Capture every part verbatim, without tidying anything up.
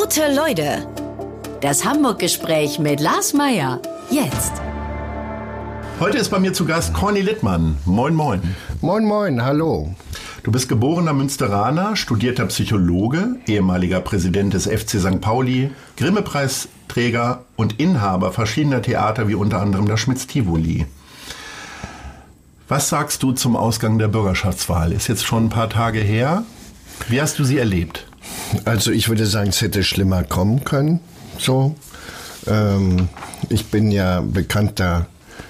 Gute Leute. Das Hamburg-Gespräch mit Lars Meier. Jetzt. Heute ist bei mir zu Gast Corny Littmann. Moin, moin. Moin, moin, hallo. Du bist geborener Münsteraner, studierter Psychologe, ehemaliger Präsident des F C Sankt Pauli, Grimme-Preisträger und Inhaber verschiedener Theater wie unter anderem das Schmitz-Tivoli. Was sagst du zum Ausgang der Bürgerschaftswahl? Ist jetzt schon ein paar Tage her. Wie hast du sie erlebt? Also ich würde sagen, es hätte schlimmer kommen können. So, ähm, ich bin ja bekannter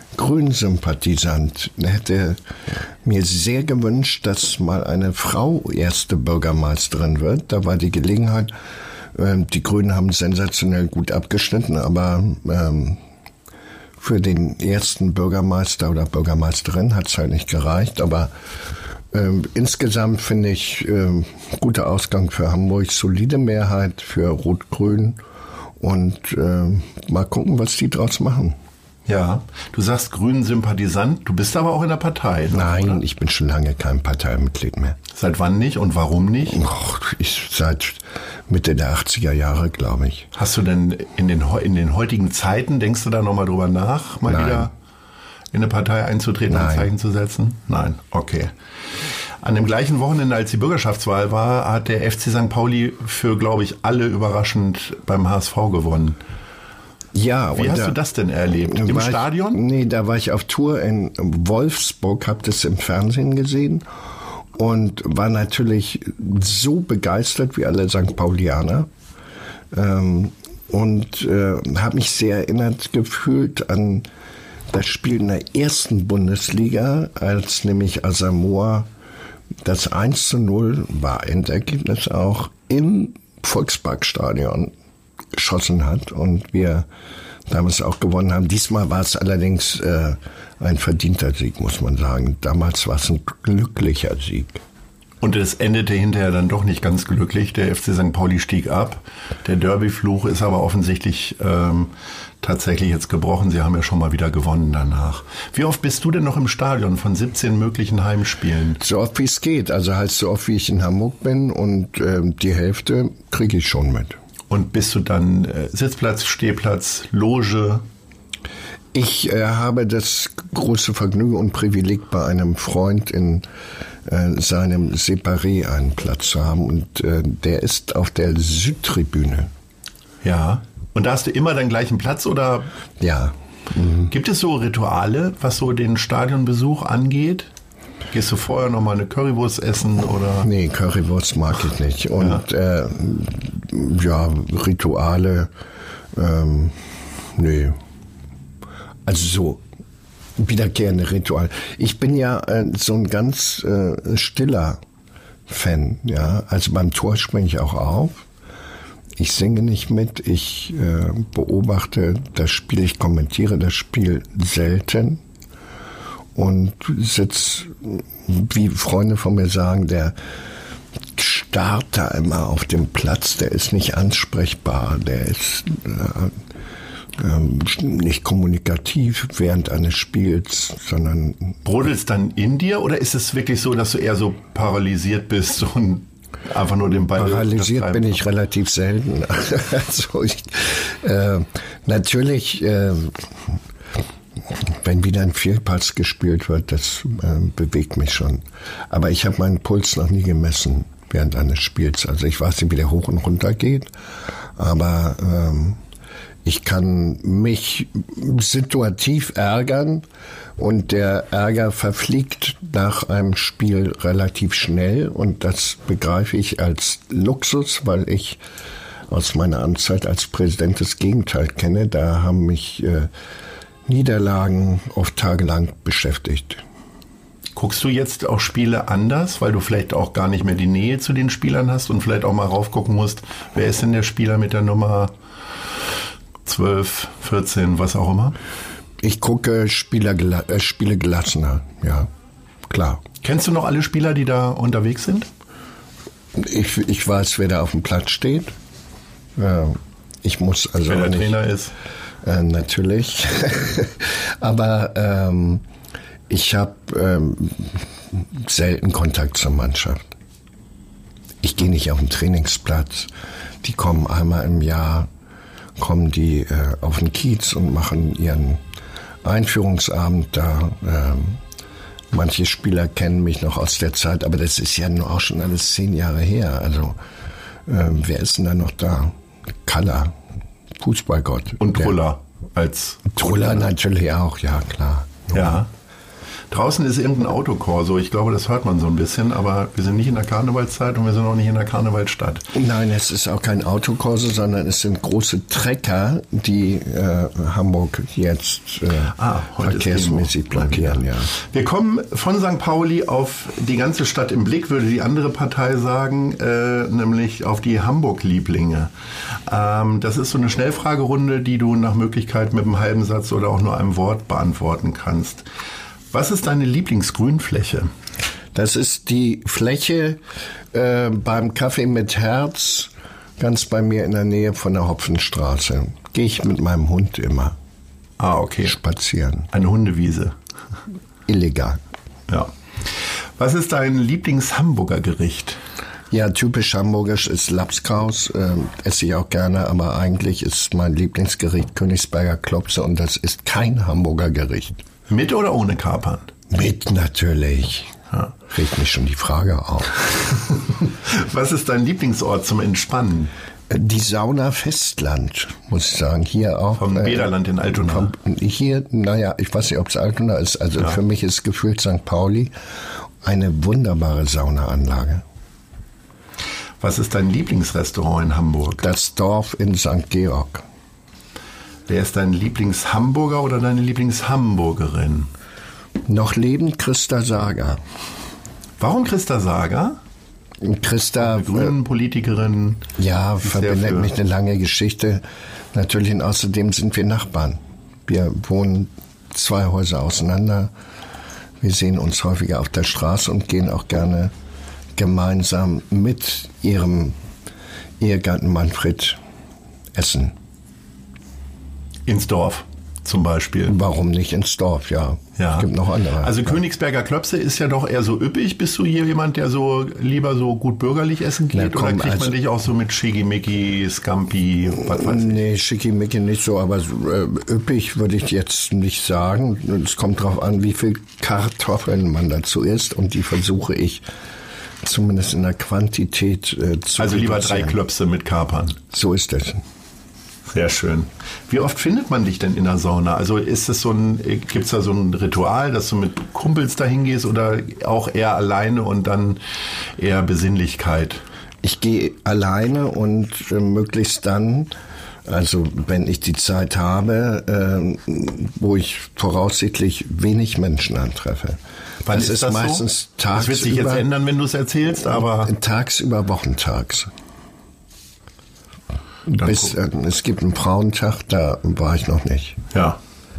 Grünen-Sympathisant. Ich hätte mir sehr gewünscht, dass mal eine Frau erste Bürgermeisterin wird. Da war die Gelegenheit. Ähm, die Grünen haben sensationell gut abgeschnitten, aber ähm, für den ersten Bürgermeister oder Bürgermeisterin hat es halt nicht gereicht. Aber ähm, insgesamt finde ich ähm, guter Ausgang für Hamburg, solide Mehrheit für Rot-Grün und äh, mal gucken, was die draus machen. Ja, du sagst Grünen-Sympathisant, du bist aber auch in der Partei. Nein, oder? Ich bin schon lange kein Parteimitglied mehr. Seit wann nicht und warum nicht? Och, ich seit Mitte der achtziger Jahre, glaube ich. Hast du denn in den, in den heutigen Zeiten, denkst du da nochmal drüber nach, mal Nein. wieder in eine Partei einzutreten und ein Zeichen zu setzen? Nein, okay. An dem gleichen Wochenende, als die Bürgerschaftswahl war, hat der F C Sankt Pauli für, glaube ich, alle überraschend beim H S V gewonnen. Ja, Wie und hast da, du das denn erlebt? Im Stadion? Ich, nee, da war ich auf Tour in Wolfsburg, habe das im Fernsehen gesehen und war natürlich so begeistert wie alle Sankt Paulianer ähm, und äh, habe mich sehr erinnert gefühlt an das Spiel in der ersten Bundesliga, als nämlich Asamoah das eins zu null war Endergebnis auch im Volksparkstadion geschossen hat und wir damals auch gewonnen haben. Diesmal war es allerdings äh, ein verdienter Sieg, muss man sagen. Damals war es ein glücklicher Sieg. Und es endete hinterher dann doch nicht ganz glücklich. Der F C Sankt Pauli stieg ab. Der Derby-Fluch ist aber offensichtlich ähm, tatsächlich jetzt gebrochen. Sie haben ja schon mal wieder gewonnen danach. Wie oft bist du denn noch im Stadion von siebzehn möglichen Heimspielen? So oft wie es geht. Also halt so oft wie ich in Hamburg bin und ähm, die Hälfte kriege ich schon mit. Und bist du dann äh, Sitzplatz, Stehplatz, Loge? Ich äh, habe das große Vergnügen und Privileg, bei einem Freund in äh, seinem Separé einen Platz zu haben. Und äh, der ist auf der Südtribüne. Ja. Und da hast du immer deinen gleichen Platz, oder? Ja. Mhm. Gibt es so Rituale, was so den Stadionbesuch angeht? Gehst du vorher noch mal eine Currywurst essen, oder? Nee, Currywurst mag ich nicht. Und ja, äh, ja Rituale, ähm, nee. Also so wiederkehrende Rituale. Ich bin ja äh, so ein ganz äh, stiller Fan, ja. Also beim Tor springe ich auch auf. Ich singe nicht mit, ich äh, beobachte das Spiel, ich kommentiere das Spiel selten. Und sitzt, wie Freunde von mir sagen, der starrt da immer auf dem Platz, der ist nicht ansprechbar, der ist äh, äh, nicht kommunikativ während eines Spiels, sondern... Brodelt's dann in dir, oder ist es wirklich so, dass du eher so paralysiert bist und einfach nur den Ball... Paralysiert bin ich relativ selten. Also ich, äh, natürlich... Äh, wenn wieder ein Fehlpass gespielt wird, das äh, bewegt mich schon. Aber ich habe meinen Puls noch nie gemessen während eines Spiels. Also ich weiß nicht, wie der hoch und runter geht, aber ähm, ich kann mich situativ ärgern und der Ärger verfliegt nach einem Spiel relativ schnell und das begreife ich als Luxus, weil ich aus meiner Amtszeit als Präsident das Gegenteil kenne. Da haben mich äh, Niederlagen oft tagelang beschäftigt. Guckst du jetzt auch Spiele anders, weil du vielleicht auch gar nicht mehr die Nähe zu den Spielern hast und vielleicht auch mal raufgucken musst, wer ist denn der Spieler mit der Nummer zwölf, vierzehn, was auch immer? Ich gucke Spieler, äh, Spiele gelassener, ja, klar. Kennst du noch alle Spieler, die da unterwegs sind? Ich, ich weiß, wer da auf dem Platz steht. Ja, ich muss also wer der nicht, Trainer ist. Äh, natürlich. Aber ähm, ich habe ähm, selten Kontakt zur Mannschaft. ich gehe nicht auf den Trainingsplatz. Die kommen einmal im Jahr, kommen die äh, auf den Kiez und machen ihren Einführungsabend da. Ähm, manche Spieler kennen mich noch aus der Zeit, aber das ist ja nur auch schon alles zehn Jahre her. Also äh, wer ist denn da noch da? Kalla, Fußballgott. Und Truller als... Truller natürlich auch, ja klar. Ja. Draußen ist irgendein Autokorso. Ich glaube, das hört man so ein bisschen, aber wir sind nicht in der Karnevalszeit und wir sind auch nicht in der Karnevalsstadt. Nein, es ist auch kein Autokorso, sondern es sind große Trecker, die äh, Hamburg jetzt äh, ah, verkehrsmäßig blockieren. Ja. Wir kommen von Sankt Pauli auf die ganze Stadt im Blick, würde die andere Partei sagen, äh, nämlich auf die Hamburg-Lieblinge. Ähm, das ist so eine Schnellfragerunde, die du nach Möglichkeit mit einem halben Satz oder auch nur einem Wort beantworten kannst. Was ist deine Lieblingsgrünfläche? Das ist die Fläche äh, beim Kaffee mit Herz, ganz bei mir in der Nähe von der Hopfenstraße. Gehe ich mit meinem Hund immer. Ah, okay. Spazieren. Eine Hundewiese. Illegal. Ja. Was ist dein Lieblings-Hamburger Gericht? Ja, typisch hamburgisch ist Lapskaus, äh, esse ich auch gerne, aber eigentlich ist mein Lieblingsgericht Königsberger Klopse und das ist kein Hamburger Gericht. Mit oder ohne Kapern? Mit natürlich. Ja. Regt mich schon die Frage auf. Was ist dein Lieblingsort zum Entspannen? Die Sauna Festland, muss ich sagen. Hier auch. Vom Bäderland in Altona. Vom, hier, naja, ich weiß nicht, ob es Altona ist. Also ja. Für mich ist gefühlt Sankt Pauli eine wunderbare Saunaanlage. Was ist dein Lieblingsrestaurant in Hamburg? Das Dorf in Sankt Georg. Wer ist dein Lieblingshamburger oder deine Lieblingshamburgerin? Noch lebend Christa Sager. Warum Christa Sager? Christa, eine grünen Politikerin. Ja, verbindet mich eine lange Geschichte. Natürlich, und außerdem sind wir Nachbarn. Wir wohnen zwei Häuser auseinander. Wir sehen uns häufiger auf der Straße und gehen auch gerne gemeinsam mit ihrem Ehegatten Manfred essen. Ins Dorf zum Beispiel. Warum nicht ins Dorf, ja. ja. Es gibt noch andere. Also ja. Königsberger Klopse ist ja doch eher so üppig. Bist du hier jemand, der so lieber so gut bürgerlich essen geht? Na, komm, oder kriegt also, man dich auch so mit Schickimicki, Scampi, was weiß ich? Nee, Schickimicki nicht so, aber äh, üppig würde ich jetzt nicht sagen. Es kommt darauf an, wie viel Kartoffeln man dazu isst und die versuche ich zumindest in der Quantität äh, zu Also lieber drei Klöpse mit Kapern. So ist es. Sehr schön. Wie oft findet man dich denn in der Sauna? Also ist es so ein, gibt es da so ein Ritual, dass du mit Kumpels dahin gehst oder auch eher alleine und dann eher Besinnlichkeit? Ich gehe alleine und äh, möglichst dann, also wenn ich die Zeit habe, äh, wo ich voraussichtlich wenig Menschen antreffe. Wann das ist, ist das meistens so? tagsüber. Das wird sich jetzt ändern, wenn du es erzählst, aber... Tagsüber, wochentags. Bis, äh, es gibt einen Frauentag, da war ich noch nicht. Ja.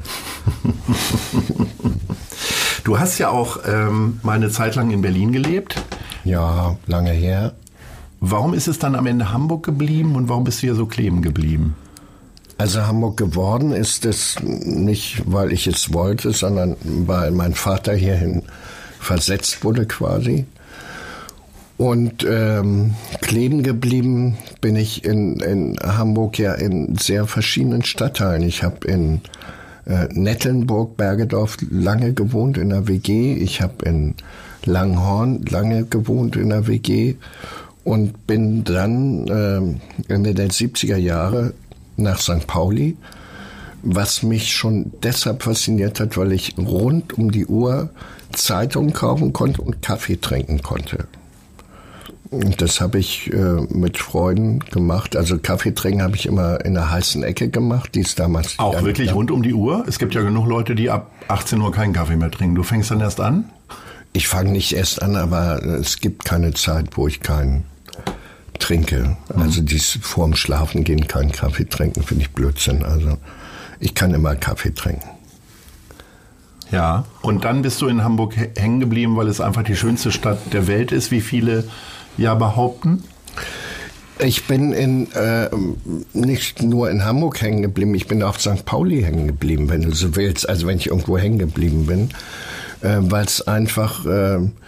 Du hast ja auch ähm, mal eine Zeit lang in Berlin gelebt. Ja, lange her. Warum ist es dann am Ende Hamburg geblieben und warum bist du hier so kleben geblieben? Also Hamburg geworden ist es nicht, weil ich es wollte, sondern weil mein Vater hierhin versetzt wurde quasi. Und ähm, kleben geblieben bin ich in, in Hamburg ja in sehr verschiedenen Stadtteilen. Ich habe in äh, Nettelnburg, Bergedorf lange gewohnt in der W G. Ich habe in Langhorn lange gewohnt in der W G und bin dann äh, Ende der siebziger Jahre nach Sankt Pauli, was mich schon deshalb fasziniert hat, weil ich rund um die Uhr Zeitungen kaufen konnte und Kaffee trinken konnte. Und das habe ich äh, mit Freuden gemacht. Also Kaffee trinken habe ich immer in der heißen Ecke gemacht, die es damals... Auch ja, wirklich ja. rund um die Uhr? Es gibt ja genug Leute, die ab achtzehn Uhr keinen Kaffee mehr trinken. Du fängst dann erst an? Ich fange nicht erst an, aber es gibt keine Zeit, wo ich keinen trinke. Mhm. Also dies vorm Schlafen gehen keinen Kaffee trinken, finde ich Blödsinn. Also ich kann immer Kaffee trinken. Ja, und dann bist du in Hamburg hängen geblieben, weil es einfach die schönste Stadt der Welt ist, wie viele ja behaupten? Ich bin in, äh, nicht nur in Hamburg hängen geblieben, ich bin auf Sankt Pauli hängen geblieben, wenn du so willst, also wenn ich irgendwo hängen geblieben bin, äh, weil es einfach äh,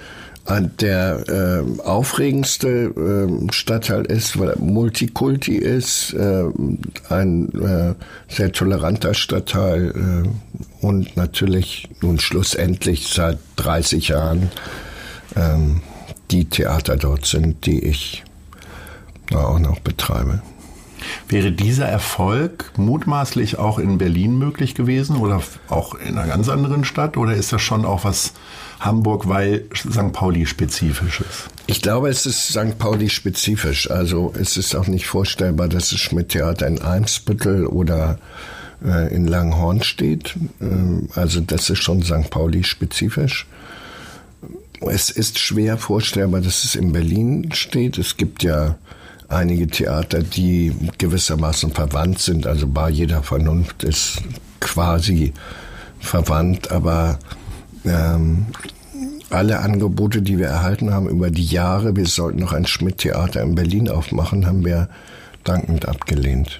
Der äh, aufregendste äh, Stadtteil ist, weil er Multikulti ist, äh, ein äh, sehr toleranter Stadtteil äh, und natürlich nun schlussendlich seit dreißig Jahren äh, die Theater dort sind, die ich da auch noch betreibe. Wäre dieser Erfolg mutmaßlich auch in Berlin möglich gewesen oder auch in einer ganz anderen Stadt? Oder ist das schon auch was Hamburg, weil Sankt Pauli spezifisch ist? Ich glaube, es ist Sankt Pauli spezifisch. Also es ist auch nicht vorstellbar, dass das Schmidt-Theater in Eimsbüttel oder äh, in Langhorn steht. Ähm, also das ist schon Sankt Pauli spezifisch. Es ist schwer vorstellbar, dass es in Berlin steht. Es gibt ja einige Theater, die gewissermaßen verwandt sind. Also bei jeder Vernunft ist quasi verwandt, aber ähm, alle Angebote, die wir erhalten haben über die Jahre, wir sollten noch ein Schmidt-Theater in Berlin aufmachen, haben wir dankend abgelehnt.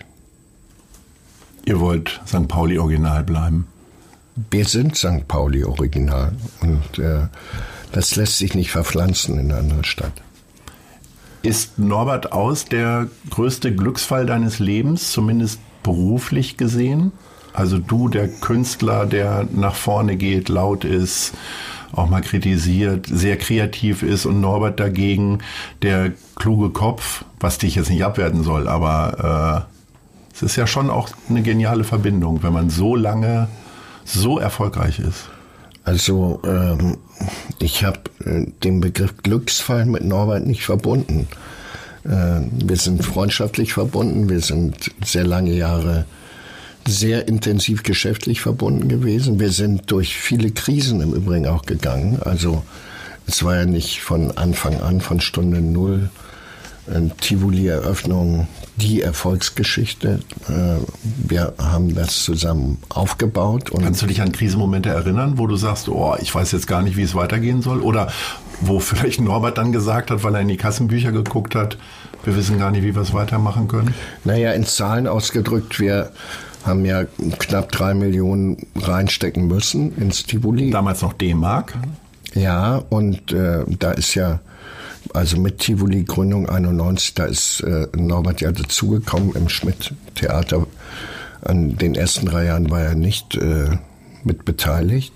Ihr wollt Sankt Pauli Original bleiben? Wir sind Sankt Pauli Original und äh, das lässt sich nicht verpflanzen in eine andere Stadt. Ist Norbert Aus der größte Glücksfall deines Lebens, zumindest beruflich gesehen? Also du, der Künstler, der nach vorne geht, laut ist, auch mal kritisiert, sehr kreativ ist, und Norbert dagegen, der kluge Kopf, was dich jetzt nicht abwerten soll, aber äh, es ist ja schon auch eine geniale Verbindung, wenn man so lange so erfolgreich ist. Also ähm, ich habe äh, den Begriff Glücksfall mit Norbert nicht verbunden. Äh, wir sind freundschaftlich verbunden, wir sind sehr lange Jahre sehr intensiv geschäftlich verbunden gewesen. Wir sind durch viele Krisen im Übrigen auch gegangen. Also es war ja nicht von Anfang an, von Stunde Null, Tivoli-Eröffnung, die Erfolgsgeschichte. Wir haben das zusammen aufgebaut. Und kannst du dich an Krisenmomente erinnern, wo du sagst, oh, ich weiß jetzt gar nicht, wie es weitergehen soll? Oder wo vielleicht Norbert dann gesagt hat, weil er in die Kassenbücher geguckt hat, wir wissen gar nicht, wie wir es weitermachen können? Naja, in Zahlen ausgedrückt, wir haben ja knapp drei Millionen reinstecken müssen ins Tivoli. Damals noch D-Mark? Ja, und äh, da ist ja, also mit Tivoli Gründung einundneunzig, da ist äh, Norbert ja dazugekommen im Schmidt-Theater. An den ersten drei Jahren war er nicht äh, mit beteiligt.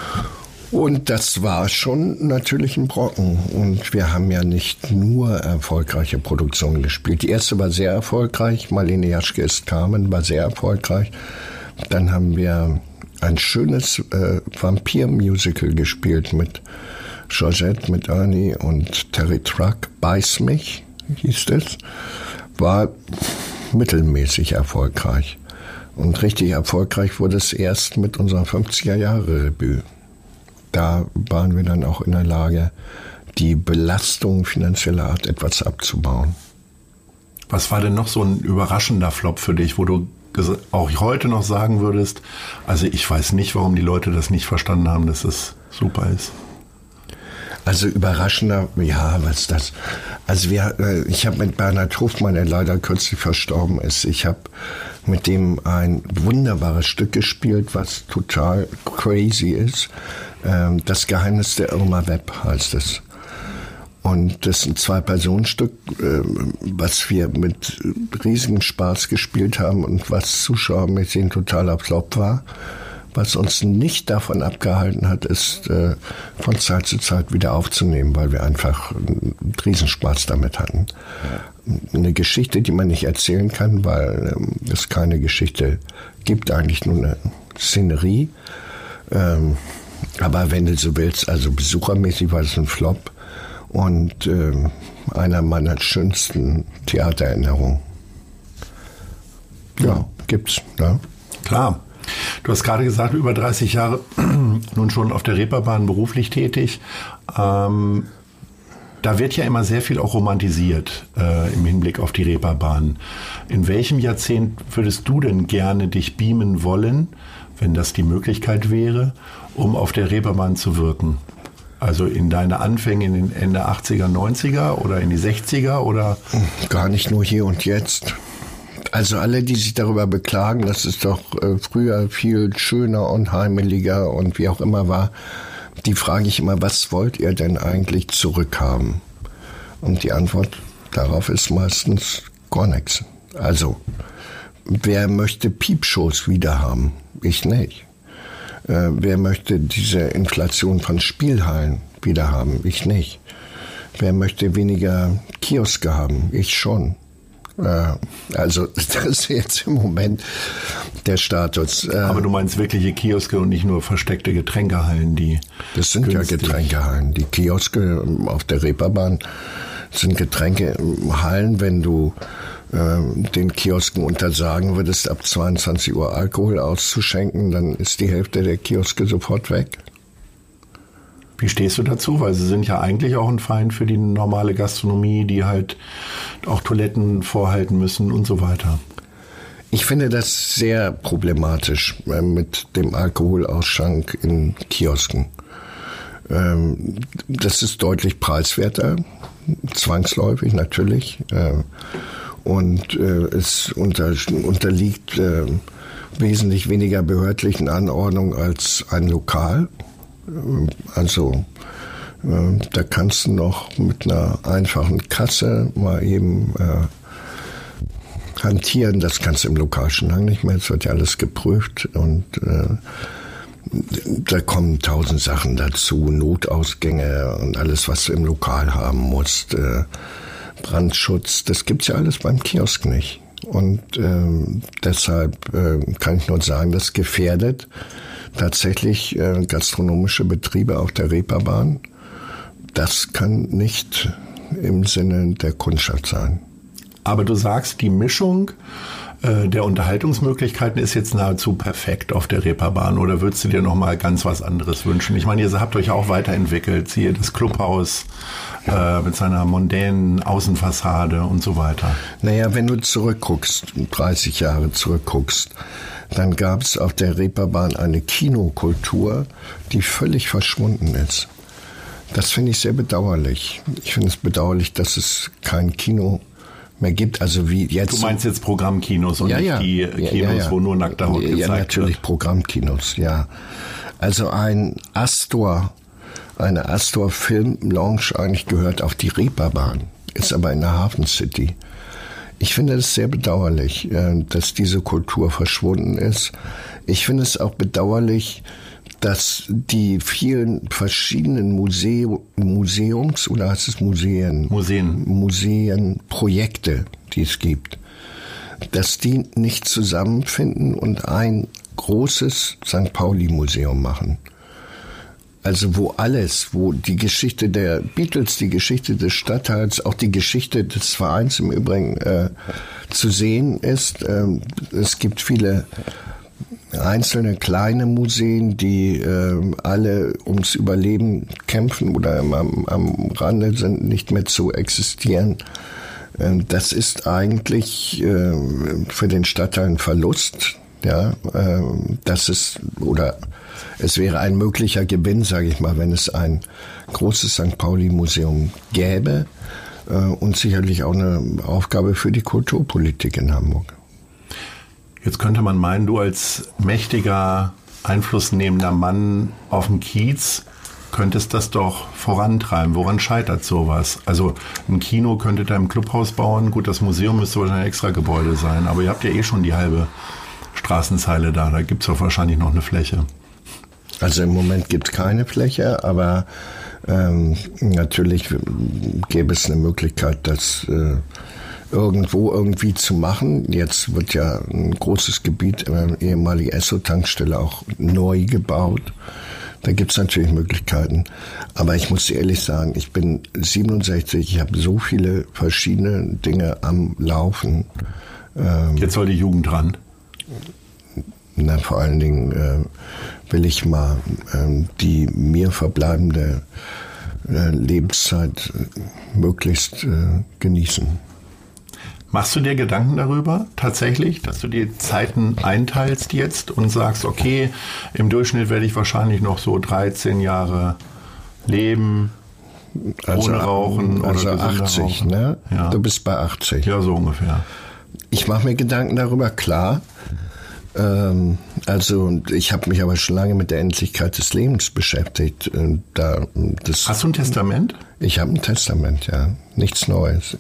Und das war schon natürlich ein Brocken. Und wir haben ja nicht nur erfolgreiche Produktionen gespielt. Die erste war sehr erfolgreich. Marlene Jaschke ist Carmen, war sehr erfolgreich. Dann haben wir ein schönes äh, Vampir-Musical gespielt mit Georgette, mit Ernie und Terry Truck. Beiß mich, hieß das. War mittelmäßig erfolgreich. Und richtig erfolgreich wurde es erst mit unserer fünfziger-Jahre-Revue. Da waren wir dann auch in der Lage, die Belastung finanzieller Art etwas abzubauen. Was war denn noch so ein überraschender Flop für dich, wo du auch heute noch sagen würdest, also ich weiß nicht, warum die Leute das nicht verstanden haben, dass es super ist? Also überraschender, ja, was ist das? Also wir, ich habe mit Bernhard Hofmann, der leider kürzlich verstorben ist, ich habe mit dem ein wunderbares Stück gespielt, was total crazy ist. Das Geheimnis der Irma Webb heißt es. Und das ist ein Zwei-Personen-Stück, was wir mit riesigem Spaß gespielt haben und was zuschauermäßig ein totaler Flop war. Was uns nicht davon abgehalten hat, ist von Zeit zu Zeit wieder aufzunehmen, weil wir einfach einen Riesenspaß damit hatten. Eine Geschichte, die man nicht erzählen kann, weil es keine Geschichte gibt, eigentlich nur eine Szenerie. Aber wenn du so willst, also besuchermäßig war es ein Flop und äh, einer meiner schönsten Theatererinnerungen. Ja, gibt's. Ja. Klar. Du hast gerade gesagt, über dreißig Jahre nun schon auf der Reeperbahn beruflich tätig. Ähm, da wird ja immer sehr viel auch romantisiert äh, im Hinblick auf die Reeperbahn. In welchem Jahrzehnt würdest du denn gerne dich beamen wollen, wenn das die Möglichkeit wäre, um auf der Reeperbahn zu wirken? Also in deine Anfänge in den Ende achtziger, neunziger oder in die sechziger oder? Gar nicht nur hier und jetzt. Also alle, die sich darüber beklagen, dass es doch äh, früher viel schöner und heimeliger und wie auch immer war, die frage ich immer, was wollt ihr denn eigentlich zurückhaben? Und die Antwort darauf ist meistens gar nichts. Also, wer möchte Piepshows wieder haben? Ich nicht. Äh, wer möchte diese Inflation von Spielhallen wieder haben? Ich nicht. Wer möchte weniger Kioske haben? Ich schon. Äh, also das ist jetzt im Moment der Status. Äh, Aber du meinst wirkliche Kioske und nicht nur versteckte Getränkehallen, die Das sind günstig. Ja Getränkehallen. Die Kioske auf der Reeperbahn sind Getränkehallen, wenn du äh, den Kiosken untersagen würdest, ab zweiundzwanzig Uhr Alkohol auszuschenken, dann ist die Hälfte der Kioske sofort weg. Wie stehst du dazu? Weil sie sind ja eigentlich auch ein Feind für die normale Gastronomie, die halt auch Toiletten vorhalten müssen und so weiter. Ich finde das sehr problematisch äh, mit dem Alkoholausschank in Kiosken. Ähm, das ist deutlich preiswerter, zwangsläufig natürlich. Äh, und äh, es unter, unterliegt äh, wesentlich weniger behördlichen Anordnungen als ein Lokal. Also äh, da kannst du noch mit einer einfachen Kasse mal eben äh, hantieren. Das kannst du im Lokal schon lange nicht mehr. Es wird ja alles geprüft und äh, da kommen tausend Sachen dazu. Notausgänge und alles, was du im Lokal haben musst. Äh, Brandschutz, das gibt's ja alles beim Kiosk nicht. Und äh, deshalb äh, kann ich nur sagen, das gefährdet tatsächlich äh, gastronomische Betriebe auf der Reeperbahn. Das kann nicht im Sinne der Kundschaft sein. Aber du sagst, die Mischung äh, der Unterhaltungsmöglichkeiten ist jetzt nahezu perfekt auf der Reeperbahn. Oder würdest du dir noch mal ganz was anderes wünschen? Ich meine, ihr habt euch auch weiterentwickelt. Siehe das Clubhaus äh, mit seiner mondänen Außenfassade und so weiter. Naja, wenn du zurückguckst, dreißig Jahre zurückguckst, dann gab es auf der Reeperbahn eine Kinokultur, die völlig verschwunden ist. Das finde ich sehr bedauerlich. Ich finde es bedauerlich, dass es kein Kino mehr gibt. Also wie jetzt. Du meinst jetzt Programmkinos und ja, nicht ja. die ja, Kinos, ja, ja. wo nur nackter Haut ja, gezeigt ja, natürlich wird? Programmkinos, ja. Also ein Astor, eine Astor Film Lounge eigentlich gehört auf die Reeperbahn, ist aber in der Hafen City. Ich finde es sehr bedauerlich, dass diese Kultur verschwunden ist. Ich finde es auch bedauerlich, dass die vielen verschiedenen Muse- Museums, oder heißt es Museen? Museen. Museenprojekte, die es gibt, dass die nicht zusammenfinden und ein großes Sankt Pauli-Museum machen. Also wo alles, wo die Geschichte der Beatles, die Geschichte des Stadtteils, auch die Geschichte des Vereins im Übrigen äh, zu sehen ist. Ähm, es gibt viele einzelne kleine Museen, die äh, alle ums Überleben kämpfen oder am, am Rande sind, nicht mehr zu existieren. Äh, das ist eigentlich äh, für den Stadtteil ein Verlust. Ja, äh, das ist, oder es wäre ein möglicher Gewinn, sage ich mal, wenn es ein großes Sankt Pauli-Museum gäbe äh, und sicherlich auch eine Aufgabe für die Kulturpolitik in Hamburg. Jetzt könnte man meinen, du als mächtiger, einflussnehmender Mann auf dem Kiez könntest das doch vorantreiben. Woran scheitert sowas? Also ein Kino könntet ihr im Clubhaus bauen. Gut, das Museum müsste wahrscheinlich ein extra Gebäude sein. Aber ihr habt ja eh schon die halbe Straßenzeile da. Da gibt es doch wahrscheinlich noch eine Fläche. Also im Moment gibt es keine Fläche, aber ähm, natürlich gäbe es eine Möglichkeit, das äh, irgendwo irgendwie zu machen. Jetzt wird ja ein großes Gebiet, äh, ehemalige Esso-Tankstelle, auch neu gebaut. Da gibt es natürlich Möglichkeiten. Aber ich muss dir ehrlich sagen, ich bin siebenundsechzig, ich habe so viele verschiedene Dinge am Laufen. Ähm, Jetzt soll die Jugend ran. Na, vor allen Dingen äh, will ich mal äh, die mir verbleibende äh, Lebenszeit äh, möglichst äh, genießen. Machst du dir Gedanken darüber tatsächlich, dass du die Zeiten einteilst jetzt und sagst, okay, im Durchschnitt werde ich wahrscheinlich noch so dreizehn Jahre leben, also, ohne Rauchen also oder achtzig, Rauchen. Ne? Ja. Du bist bei achtzig. Ja, so ungefähr. Ich mache mir Gedanken darüber, klar. Ähm, also ich habe mich aber schon lange mit der Endlichkeit des Lebens beschäftigt. Da, das, Hast du ein Testament? Ich habe ein Testament, ja. Nichts Neues.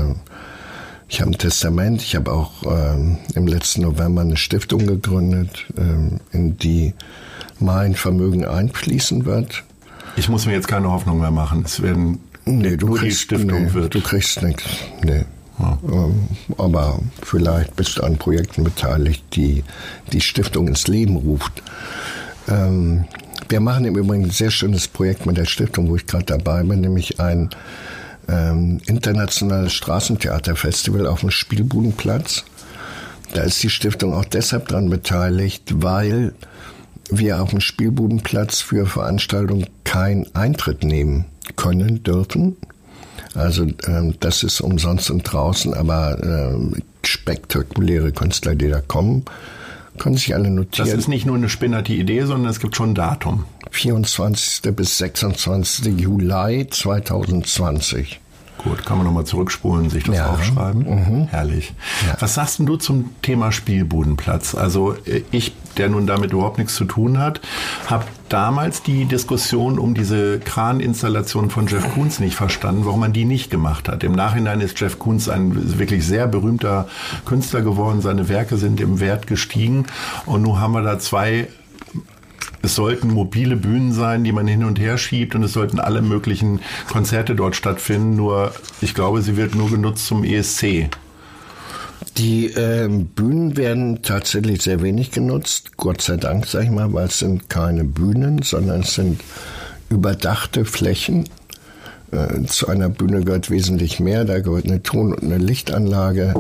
Ich habe ein Testament. Ich habe auch ähm, im letzten November eine Stiftung gegründet, ähm, in die mein Vermögen einfließen wird. Ich muss mir jetzt keine Hoffnung mehr machen. Es werden nee, du nur kriegst, die Stiftung nee, wird. Du kriegst nichts. Nee. Ja. Ähm, aber vielleicht bist du an Projekten beteiligt, die die Stiftung ins Leben ruft. Ähm, wir machen im Übrigen ein sehr schönes Projekt mit der Stiftung, wo ich gerade dabei bin, nämlich ein ähm, internationales Straßentheaterfestival auf dem Spielbudenplatz. Da ist die Stiftung auch deshalb dran beteiligt, weil wir auf dem Spielbudenplatz für Veranstaltungen keinen Eintritt nehmen können, dürfen. Also ähm, das ist umsonst und draußen, aber ähm, spektakuläre Künstler, die da kommen, können sich alle notieren. Das ist nicht nur eine spinnerte Idee, sondern es gibt schon ein Datum. vierundzwanzigsten bis sechsundzwanzigsten Juli zweitausendzwanzig. Gut, kann man nochmal zurückspulen, sich das ja. aufschreiben. Mhm. Herrlich. Ja. Was sagst denn du zum Thema Spielbudenplatz? Also ich, der nun damit überhaupt nichts zu tun hat, habe damals die Diskussion um diese Kraninstallation von Jeff Koons nicht verstanden, warum man die nicht gemacht hat. Im Nachhinein ist Jeff Koons ein wirklich sehr berühmter Künstler geworden. Seine Werke sind im Wert gestiegen. Und nun haben wir da zwei... Es sollten mobile Bühnen sein, die man hin und her schiebt, und es sollten alle möglichen Konzerte dort stattfinden. Nur, ich glaube, sie wird nur genutzt zum E S C. Die äh, Bühnen werden tatsächlich sehr wenig genutzt, Gott sei Dank, sag ich mal, weil es sind keine Bühnen, sondern es sind überdachte Flächen. Äh, zu einer Bühne gehört wesentlich mehr, da gehört eine Ton- und eine Lichtanlage,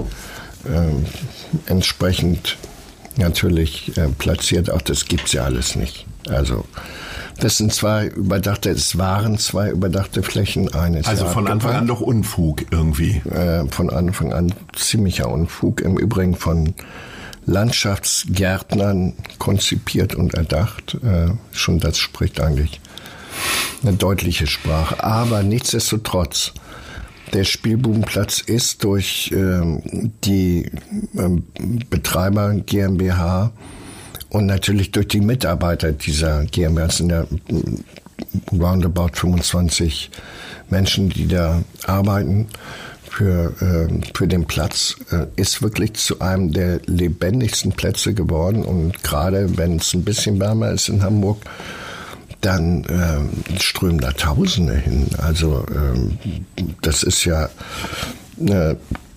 äh, entsprechend natürlich äh, platziert. Auch das gibt's ja alles nicht. Also das sind zwei überdachte, es waren zwei überdachte Flächen. Eines also von Anfang an doch Unfug irgendwie. Äh, von Anfang an ziemlicher Unfug. Im Übrigen von Landschaftsgärtnern konzipiert und erdacht. Äh, schon das spricht eigentlich eine deutliche Sprache. Aber nichtsdestotrotz, der Spielbudenplatz ist durch ähm, die ähm, Betreiber GmbH und natürlich durch die Mitarbeiter dieser GmbH, es sind ja roundabout fünfundzwanzig Menschen, die da arbeiten für, äh, für den Platz, äh, ist wirklich zu einem der lebendigsten Plätze geworden. Und gerade wenn es ein bisschen wärmer ist in Hamburg, dann äh, strömen da Tausende hin. Also ähm, das ist ja äh,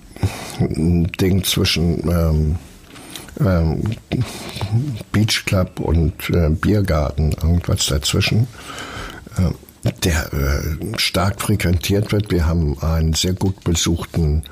ein Ding zwischen ähm, ähm, Beach Club und äh, Biergarten, irgendwas dazwischen, äh, der äh, stark frequentiert wird. Wir haben einen sehr gut besuchten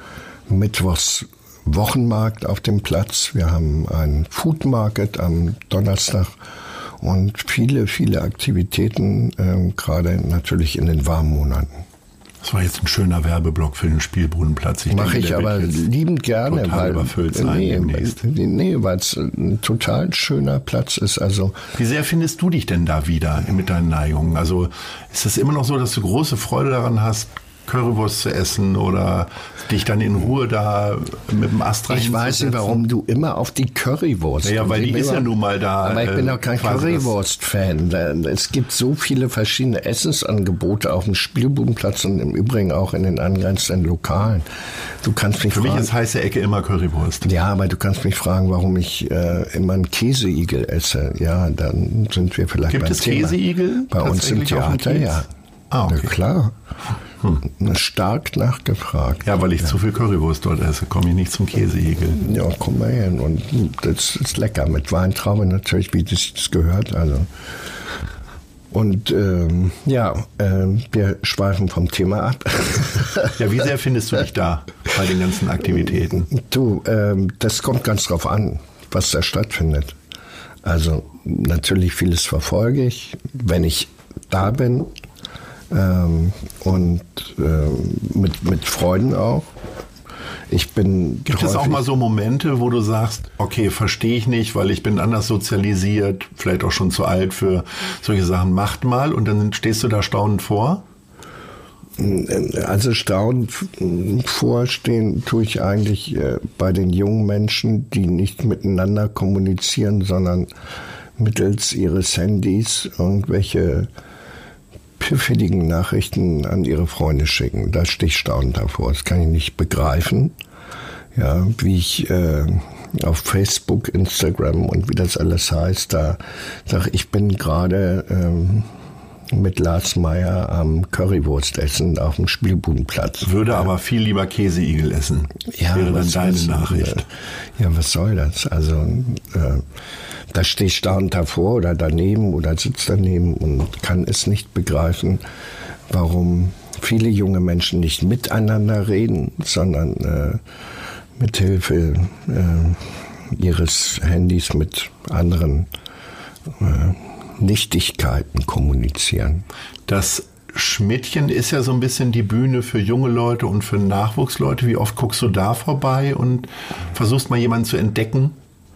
Mittwochs-Wochenmarkt auf dem Platz. Wir haben einen Food Market am Donnerstag. Und viele, viele Aktivitäten, äh, gerade natürlich in den warmen Monaten. Das war jetzt ein schöner Werbeblock für den Spielbudenplatz. Mache ich aber liebend gerne, total weil überfüllt sein nee, demnächst. nee, weil es ein total schöner Platz ist. Also wie sehr findest du dich denn da wieder mit deinen Neigungen? Also ist es immer noch so, dass du große Freude daran hast, Currywurst zu essen oder dich dann in Ruhe da mit dem Astra Ich weiß nicht, warum du immer auf die Currywurst... Ja, ja, weil die ist ja nun mal da. Aber ich bin doch kein Currywurst-Fan. Es gibt so viele verschiedene Essensangebote auf dem Spielbudenplatz und im Übrigen auch in den angrenzenden Lokalen. Du kannst mich Für fragen, mich ist heiße Ecke immer Currywurst. Ja, aber du kannst mich fragen, warum ich äh, immer einen Käseigel esse. Ja, dann sind wir vielleicht Gibt beim es Thema. Käseigel? Bei uns im Theater, ja. Ah, okay. Na klar. Hm. Stark nachgefragt. Ja, weil ich ja. zu viel Currywurst dort esse, komme ich nicht zum Käseigel. Ja, komm mal hin. Und das ist lecker. Mit Weintraube natürlich, wie das gehört. Also. Und ähm, ja, äh, wir schweifen vom Thema ab. Ja, wie sehr findest du dich da bei den ganzen Aktivitäten? Du, ähm, das kommt ganz drauf an, was da stattfindet. Also natürlich vieles verfolge ich, wenn ich da bin. Ähm, und ähm, mit, mit Freuden auch. Ich bin Gibt es auch mal so Momente, wo du sagst, okay, verstehe ich nicht, weil ich bin anders sozialisiert, vielleicht auch schon zu alt für solche Sachen, macht mal, und dann stehst du da staunend vor? Also staunend vorstehen tue ich eigentlich bei den jungen Menschen, die nicht miteinander kommunizieren, sondern mittels ihres Handys irgendwelche pfiffigen Nachrichten an ihre Freunde schicken. Da stehe ich staunend davor. Das kann ich nicht begreifen. Ja, wie ich äh, auf Facebook, Instagram und wie das alles heißt, da sage ich, bin gerade ähm, mit Lars Meyer am Currywurst essen auf dem Spielbudenplatz. Würde aber viel lieber Käseigel essen. Ja, wäre dann deine das, Nachricht. Ja, was soll das? Also äh, da stehe ich staunend davor oder daneben oder sitze daneben und kann es nicht begreifen, warum viele junge Menschen nicht miteinander reden, sondern äh, mit Hilfe äh, ihres Handys mit anderen äh, Nichtigkeiten kommunizieren. Das Schmidtchen ist ja so ein bisschen die Bühne für junge Leute und für Nachwuchsleute. Wie oft guckst du da vorbei und versuchst mal jemanden zu entdecken?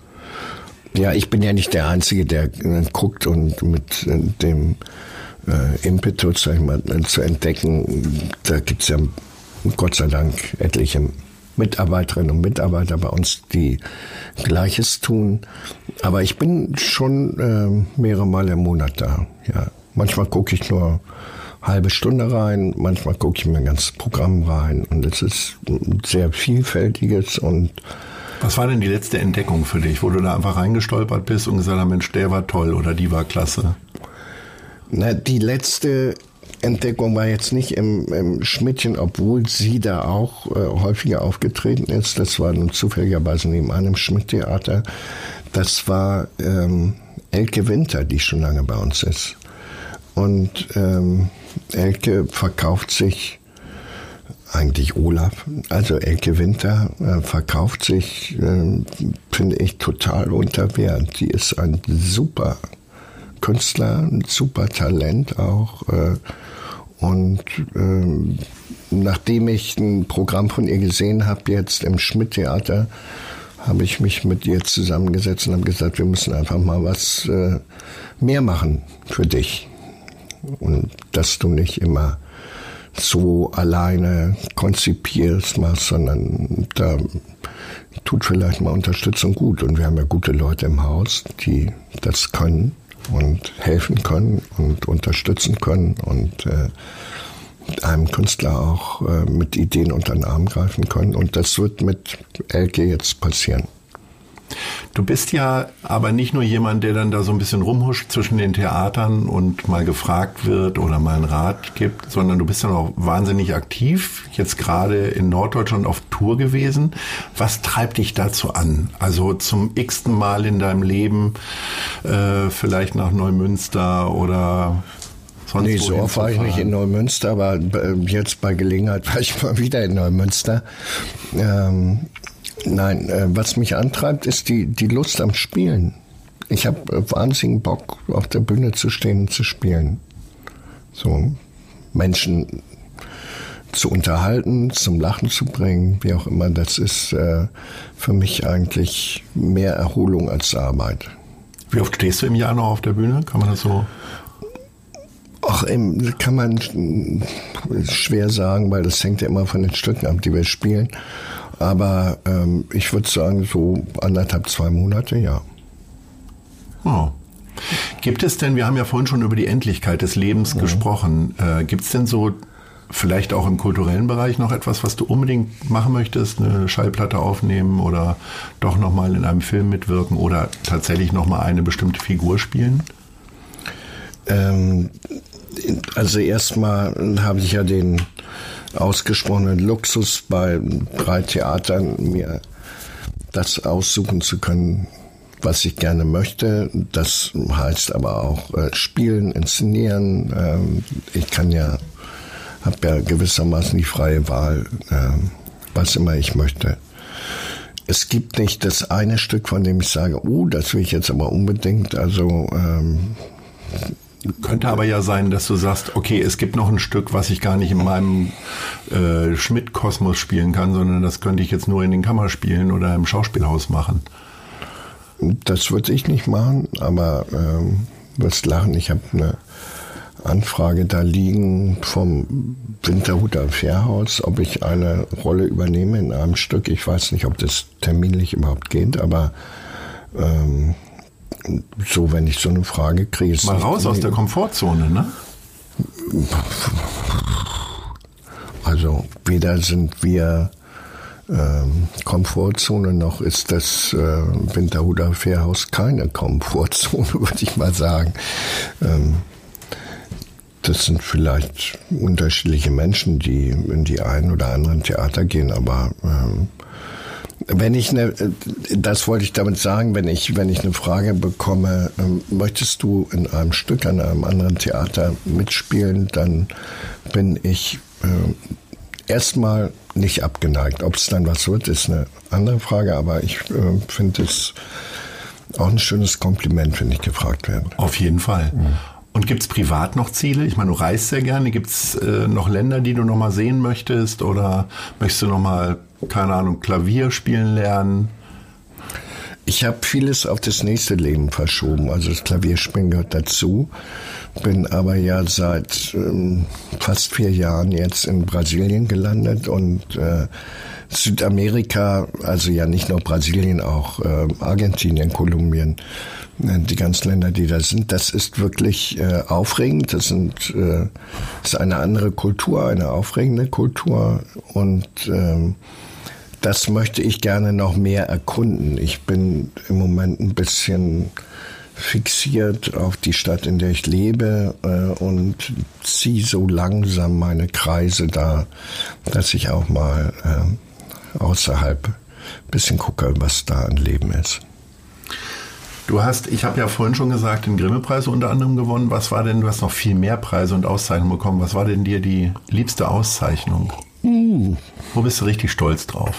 Ja, ich bin ja nicht der Einzige, der äh, guckt und mit äh, dem äh, Impetus, sag ich mal, äh, zu entdecken. Da gibt's ja Gott sei Dank etliche Mitarbeiterinnen und Mitarbeiter bei uns, die Gleiches tun. Aber ich bin schon äh, mehrere Mal im Monat da. Ja, manchmal gucke ich nur halbe Stunde rein, manchmal gucke ich mir ein ganzes Programm rein. Und es ist ein sehr vielfältiges. Und was war denn die letzte Entdeckung für dich, wo du da einfach reingestolpert bist und gesagt hast, Mensch, der war toll oder die war klasse? Na, die letzte Entdeckung war jetzt nicht im, im Schmidtchen, obwohl sie da auch äh, häufiger aufgetreten ist. Das war nun zufälligerweise nebenan im Schmidt-Theater. Das war ähm, Elke Winter, die schon lange bei uns ist. Und ähm, Elke verkauft sich, eigentlich Olaf, also Elke Winter äh, verkauft sich, äh, finde ich, total unter Wert. Die ist ein super Künstler, ein super Talent auch. Äh, und äh, nachdem ich ein Programm von ihr gesehen habe, jetzt im Schmidt-Theater, habe ich mich mit ihr zusammengesetzt und habe gesagt, wir müssen einfach mal was äh, mehr machen für dich. Und dass du nicht immer so alleine konzipierst, machst, sondern da tut vielleicht mal Unterstützung gut. Und wir haben ja gute Leute im Haus, die das können und helfen können und unterstützen können und äh, einem Künstler auch äh, mit Ideen unter den Arm greifen können. Und das wird mit Elke jetzt passieren. Du bist ja aber nicht nur jemand, der dann da so ein bisschen rumhuscht zwischen den Theatern und mal gefragt wird oder mal einen Rat gibt, sondern du bist ja auch wahnsinnig aktiv, jetzt gerade in Norddeutschland auf Tour gewesen. Was treibt dich dazu an? Also zum x-ten Mal in deinem Leben, äh, vielleicht nach Neumünster oder sonst nee, so oft war ich nicht in Neumünster, aber jetzt bei Gelegenheit war ich mal wieder in Neumünster. Ähm, Nein, äh, was mich antreibt, ist die, die Lust am Spielen. Ich habe äh, wahnsinnigen Bock, auf der Bühne zu stehen und zu spielen. So Menschen zu unterhalten, zum Lachen zu bringen, wie auch immer. Das ist äh, für mich eigentlich mehr Erholung als Arbeit. Wie oft stehst du im Jahr noch auf der Bühne? Kann man das so? Ach, kann man schwer sagen, weil das hängt ja immer von den Stücken ab, die wir spielen. Aber ähm, ich würde sagen, so anderthalb, zwei Monate, ja. Oh. Gibt es denn, wir haben ja vorhin schon über die Endlichkeit des Lebens ja. gesprochen, äh, gibt es denn so vielleicht auch im kulturellen Bereich noch etwas, was du unbedingt machen möchtest? Eine Schallplatte aufnehmen oder doch nochmal in einem Film mitwirken oder tatsächlich nochmal eine bestimmte Figur spielen? Ähm, also erstmal habe ich ja den ausgesprochenen Luxus, bei drei Theatern mir das aussuchen zu können, was ich gerne möchte. Das heißt aber auch äh, spielen, inszenieren. Ähm, ich kann ja, habe ja gewissermaßen die freie Wahl, äh, was immer ich möchte. Es gibt nicht das eine Stück, von dem ich sage, oh, das will ich jetzt aber unbedingt. Also ähm, könnte aber ja sein, dass du sagst, okay, es gibt noch ein Stück, was ich gar nicht in meinem äh, Schmidt-Kosmos spielen kann, sondern das könnte ich jetzt nur in den Kammerspielen oder im Schauspielhaus machen. Das würde ich nicht machen, aber ähm, wirst lachen. Ich habe eine Anfrage da liegen vom Winterhuter Fährhaus, ob ich eine Rolle übernehme in einem Stück. Ich weiß nicht, ob das terminlich überhaupt geht, aber ähm, so, wenn ich so eine Frage kriege. Mal raus aus der Komfortzone, ne? Also weder sind wir ähm, Komfortzone, noch ist das äh, Winterhuter Fährhaus keine Komfortzone, würde ich mal sagen. Ähm, das sind vielleicht unterschiedliche Menschen, die in die einen oder anderen Theater gehen, aber ähm, wenn ich eine, das wollte ich damit sagen, wenn ich, wenn ich eine Frage bekomme, ähm, möchtest du in einem Stück an einem anderen Theater mitspielen, dann bin ich äh, erstmal nicht abgeneigt. Ob es dann was wird, ist eine andere Frage, aber ich äh, finde es auch ein schönes Kompliment, wenn ich gefragt werde. Auf jeden Fall. Mhm. Und gibt es privat noch Ziele? Ich meine, du reist sehr gerne. Gibt es äh, noch Länder, die du noch mal sehen möchtest? Oder möchtest du noch mal, keine Ahnung, Klavier spielen lernen? Ich habe vieles auf das nächste Leben verschoben. Also das Klavierspielen gehört dazu. Bin aber ja seit ähm, fast vier Jahren jetzt in Brasilien gelandet und äh, Südamerika, also ja nicht nur Brasilien, auch äh, Argentinien, Kolumbien, äh, die ganzen Länder, die da sind. Das ist wirklich äh, aufregend. Das sind, äh, ist eine andere Kultur, eine aufregende Kultur und ähm, das möchte ich gerne noch mehr erkunden. Ich bin im Moment ein bisschen fixiert auf die Stadt, in der ich lebe äh, und ziehe so langsam meine Kreise da, dass ich auch mal äh, außerhalb ein bisschen gucke, was da an Leben ist. Du hast, ich habe ja vorhin schon gesagt, den Grimme-Preis unter anderem gewonnen. Was war denn, du hast noch viel mehr Preise und Auszeichnungen bekommen. Was war denn dir die liebste Auszeichnung? Mm. Wo bist du richtig stolz drauf?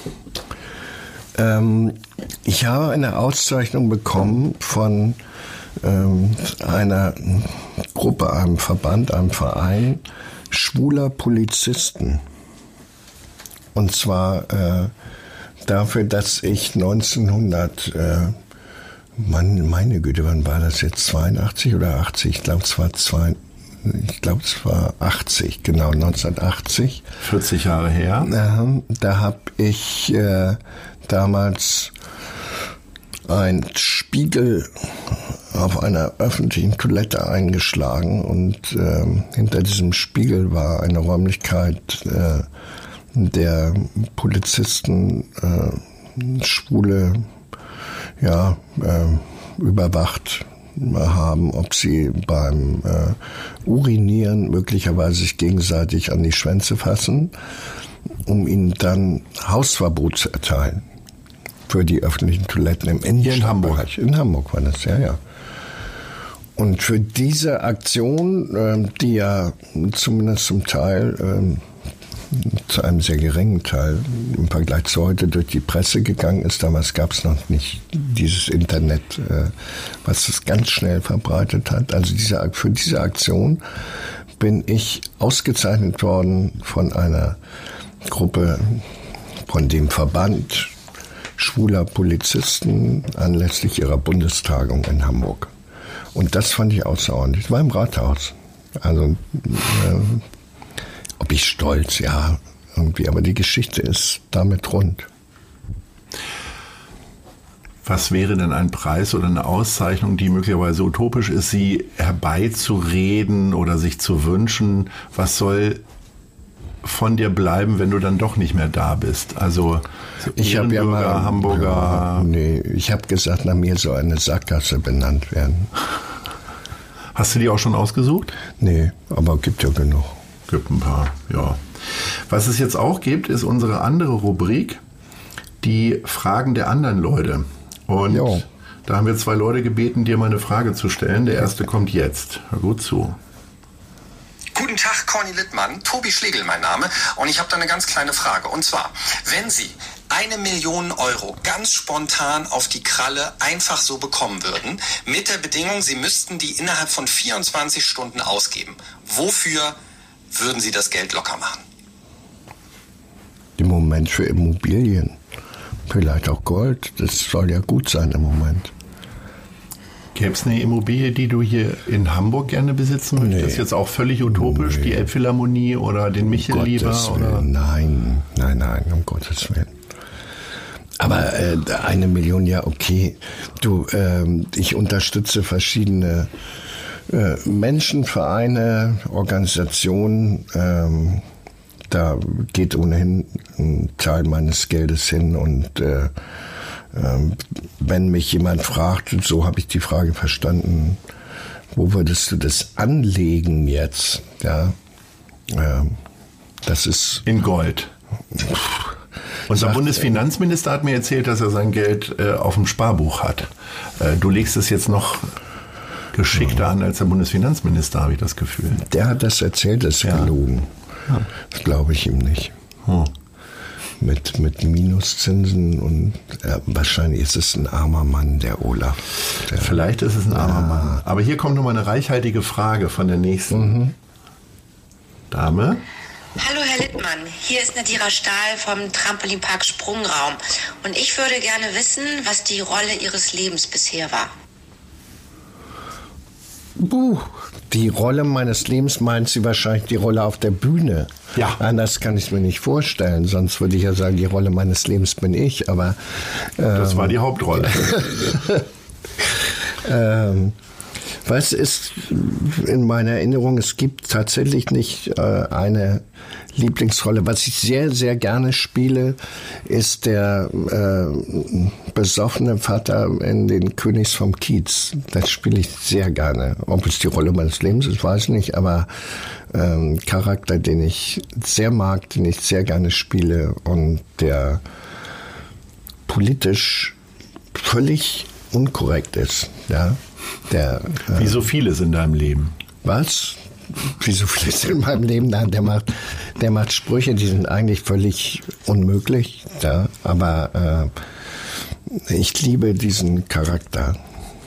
Ähm, ich habe eine Auszeichnung bekommen von ähm, einer Gruppe, einem Verband, einem Verein schwuler Polizisten. Und zwar äh, dafür, dass ich neunzehnhundert, äh, Mann, meine Güte, wann war das jetzt, zweiundachtzig oder achtzig? Ich glaube, es war zwei, ich glaube, es war achtzig, genau, neunzehnhundertachtzig. vierzig Jahre her. Äh, da habe ich äh, damals ein Spiegel auf einer öffentlichen Toilette eingeschlagen und äh, hinter diesem Spiegel war eine Räumlichkeit, äh, der Polizisten äh, Schwule ja, äh, überwacht haben, ob sie beim äh, Urinieren möglicherweise sich gegenseitig an die Schwänze fassen, um ihnen dann Hausverbot zu erteilen für die öffentlichen Toiletten im Innenstadtbereich. In Hamburg war das, ja, ja. Und für diese Aktion, äh, die ja zumindest zum Teil, äh, zu einem sehr geringen Teil im Vergleich zu heute durch die Presse gegangen ist. Damals gab es noch nicht dieses Internet, äh, was es ganz schnell verbreitet hat. Also diese, für diese Aktion bin ich ausgezeichnet worden von einer Gruppe, von dem Verband schwuler Polizisten anlässlich ihrer Bundestagung in Hamburg. Und das fand ich außerordentlich. Ich war im Rathaus. Also äh, ob ich stolz, ja, irgendwie, aber die Geschichte ist damit rund. Was wäre denn ein Preis oder eine Auszeichnung, die möglicherweise utopisch ist, sie herbeizureden oder sich zu wünschen? Was soll von dir bleiben, wenn du dann doch nicht mehr da bist? Also so ich habe ja mal Hamburger. Ja, nee, ich habe gesagt, nach mir soll eine Sackgasse benannt werden. Hast du die auch schon ausgesucht? Nee, aber gibt ja genug. Gibt ein paar, ja. Was es jetzt auch gibt, ist unsere andere Rubrik, die Fragen der anderen Leute. Und jo. Da haben wir zwei Leute gebeten, dir mal eine Frage zu stellen. Der erste kommt jetzt. Hör gut zu. Guten Tag, Corny Littmann. Tobi Schlegel mein Name. Und ich habe da eine ganz kleine Frage. Und zwar, wenn Sie eine Million Euro ganz spontan auf die Kralle einfach so bekommen würden, mit der Bedingung, Sie müssten die innerhalb von vierundzwanzig Stunden ausgeben. Wofür würden Sie das Geld locker machen? Im Moment für Immobilien. Vielleicht auch Gold. Das soll ja gut sein im Moment. Gäbe es eine Immobilie, die du hier in Hamburg gerne besitzen möchtest? Nee. Jetzt auch völlig utopisch, nee. Die Elbphilharmonie oder den Michel um lieber? Oder? Nein, nein, nein, um Gottes Willen. Aber äh, eine Million, ja, okay. Du, ähm, ich unterstütze verschiedene äh, Menschen, Vereine, Organisationen. Ähm, da geht ohnehin ein Teil meines Geldes hin. Und äh, äh, wenn mich jemand fragt, so habe ich die Frage verstanden, wo würdest du das anlegen jetzt? Ja, äh, das ist in Gold. Pff, Unser Sagt, Bundesfinanzminister hat mir erzählt, dass er sein Geld äh, auf dem Sparbuch hat. Äh, du legst es jetzt noch geschickter ja. an als der Bundesfinanzminister, habe ich das Gefühl. Der hat das erzählt, das ist ja. gelogen. Ja. Das glaube ich ihm nicht. Hm. Mit, mit Minuszinsen und äh, wahrscheinlich ist es ein armer Mann, der Olaf. Der, Vielleicht ist es ein armer ja. Mann. Aber hier kommt nochmal eine reichhaltige Frage von der nächsten mhm. Dame. Hallo Herr Littmann, hier ist Nadira Stahl vom Trampolinpark Sprungraum und ich würde gerne wissen, was die Rolle Ihres Lebens bisher war. Buh, die Rolle meines Lebens meint sie wahrscheinlich die Rolle auf der Bühne. Ja. Anders kann ich es mir nicht vorstellen, sonst würde ich ja sagen, die Rolle meines Lebens bin ich, aber... Ähm, das war die Hauptrolle. ähm... Was ist in meiner Erinnerung, es gibt tatsächlich nicht äh, eine Lieblingsrolle. Was ich sehr, sehr gerne spiele, ist der äh, besoffene Vater in den Königs vom Kiez. Das spiele ich sehr gerne. Ob es die Rolle meines Lebens ist, weiß ich nicht, aber ähm, Charakter, den ich sehr mag, den ich sehr gerne spiele und der politisch völlig unkorrekt ist, ja. Der, äh, Wie so vieles in deinem Leben. Was? Wie so vieles in meinem Leben? Nein, der macht, der macht Sprüche, die sind eigentlich völlig unmöglich. Ja, aber äh, ich liebe diesen Charakter.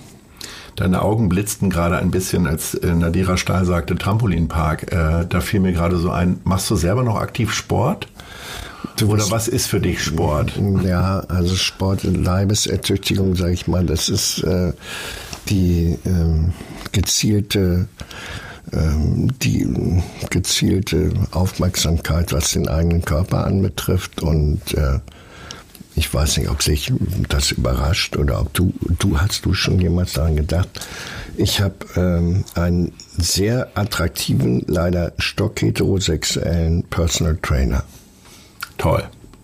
Deine Augen blitzten gerade ein bisschen, als äh, Nadira Stahl sagte Trampolinpark. Äh, da fiel mir gerade so ein, machst du selber noch aktiv Sport? Du Oder was ist für dich Sport? Ja, also Sport, Leibesertüchtigung, sage ich mal, das ist äh, die ähm, gezielte ähm, die gezielte Aufmerksamkeit, was den eigenen Körper anbetrifft. Und äh, ich weiß nicht, ob sich das überrascht oder ob du, du hast du schon jemals daran gedacht. Ich habe ähm, einen sehr attraktiven, leider stockheterosexuellen Personal Trainer. Toll.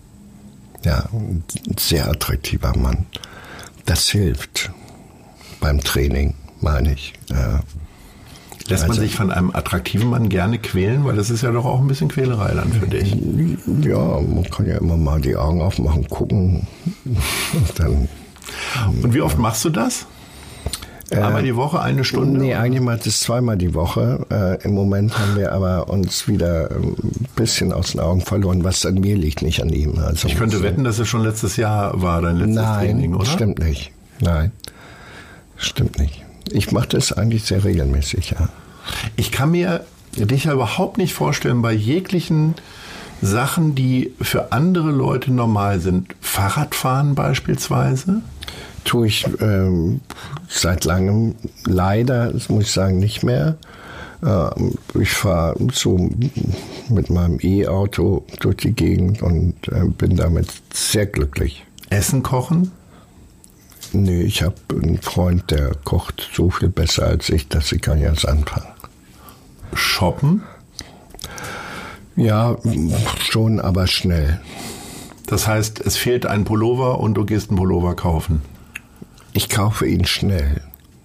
Ja, ein sehr attraktiver Mann. Das hilft beim Training, meine ich. Ja. Lässt also, man sich von einem attraktiven Mann gerne quälen? Weil das ist ja doch auch ein bisschen Quälerei dann für dich. Ja, man kann ja immer mal die Augen aufmachen, gucken. Und, dann, und wie oft machst du das? Einmal die Woche, eine Stunde? Nee, eigentlich mal das zweimal die Woche. Äh, Im Moment haben wir aber uns wieder ein bisschen aus den Augen verloren, was an mir liegt, nicht an ihm. Also ich könnte wetten, dass es schon letztes Jahr war, dein letztes Nein, Training, oder? Nein, stimmt nicht. Nein, stimmt nicht. Ich mache das eigentlich sehr regelmäßig, ja. Ich kann mir dich ja überhaupt nicht vorstellen, bei jeglichen Sachen, die für andere Leute normal sind. Fahrradfahren beispielsweise? Tue ich ähm, seit langem leider, das muss ich sagen, nicht mehr. Ähm, ich fahre so mit meinem E-Auto durch die Gegend und äh, bin damit sehr glücklich. Essen kochen? Nee, ich habe einen Freund, der kocht so viel besser als ich, dass ich kann jetzt anfangen. Shoppen? Ja, schon, aber schnell. Das heißt, es fehlt ein Pullover und du gehst einen Pullover kaufen? Ich kaufe ihn schnell.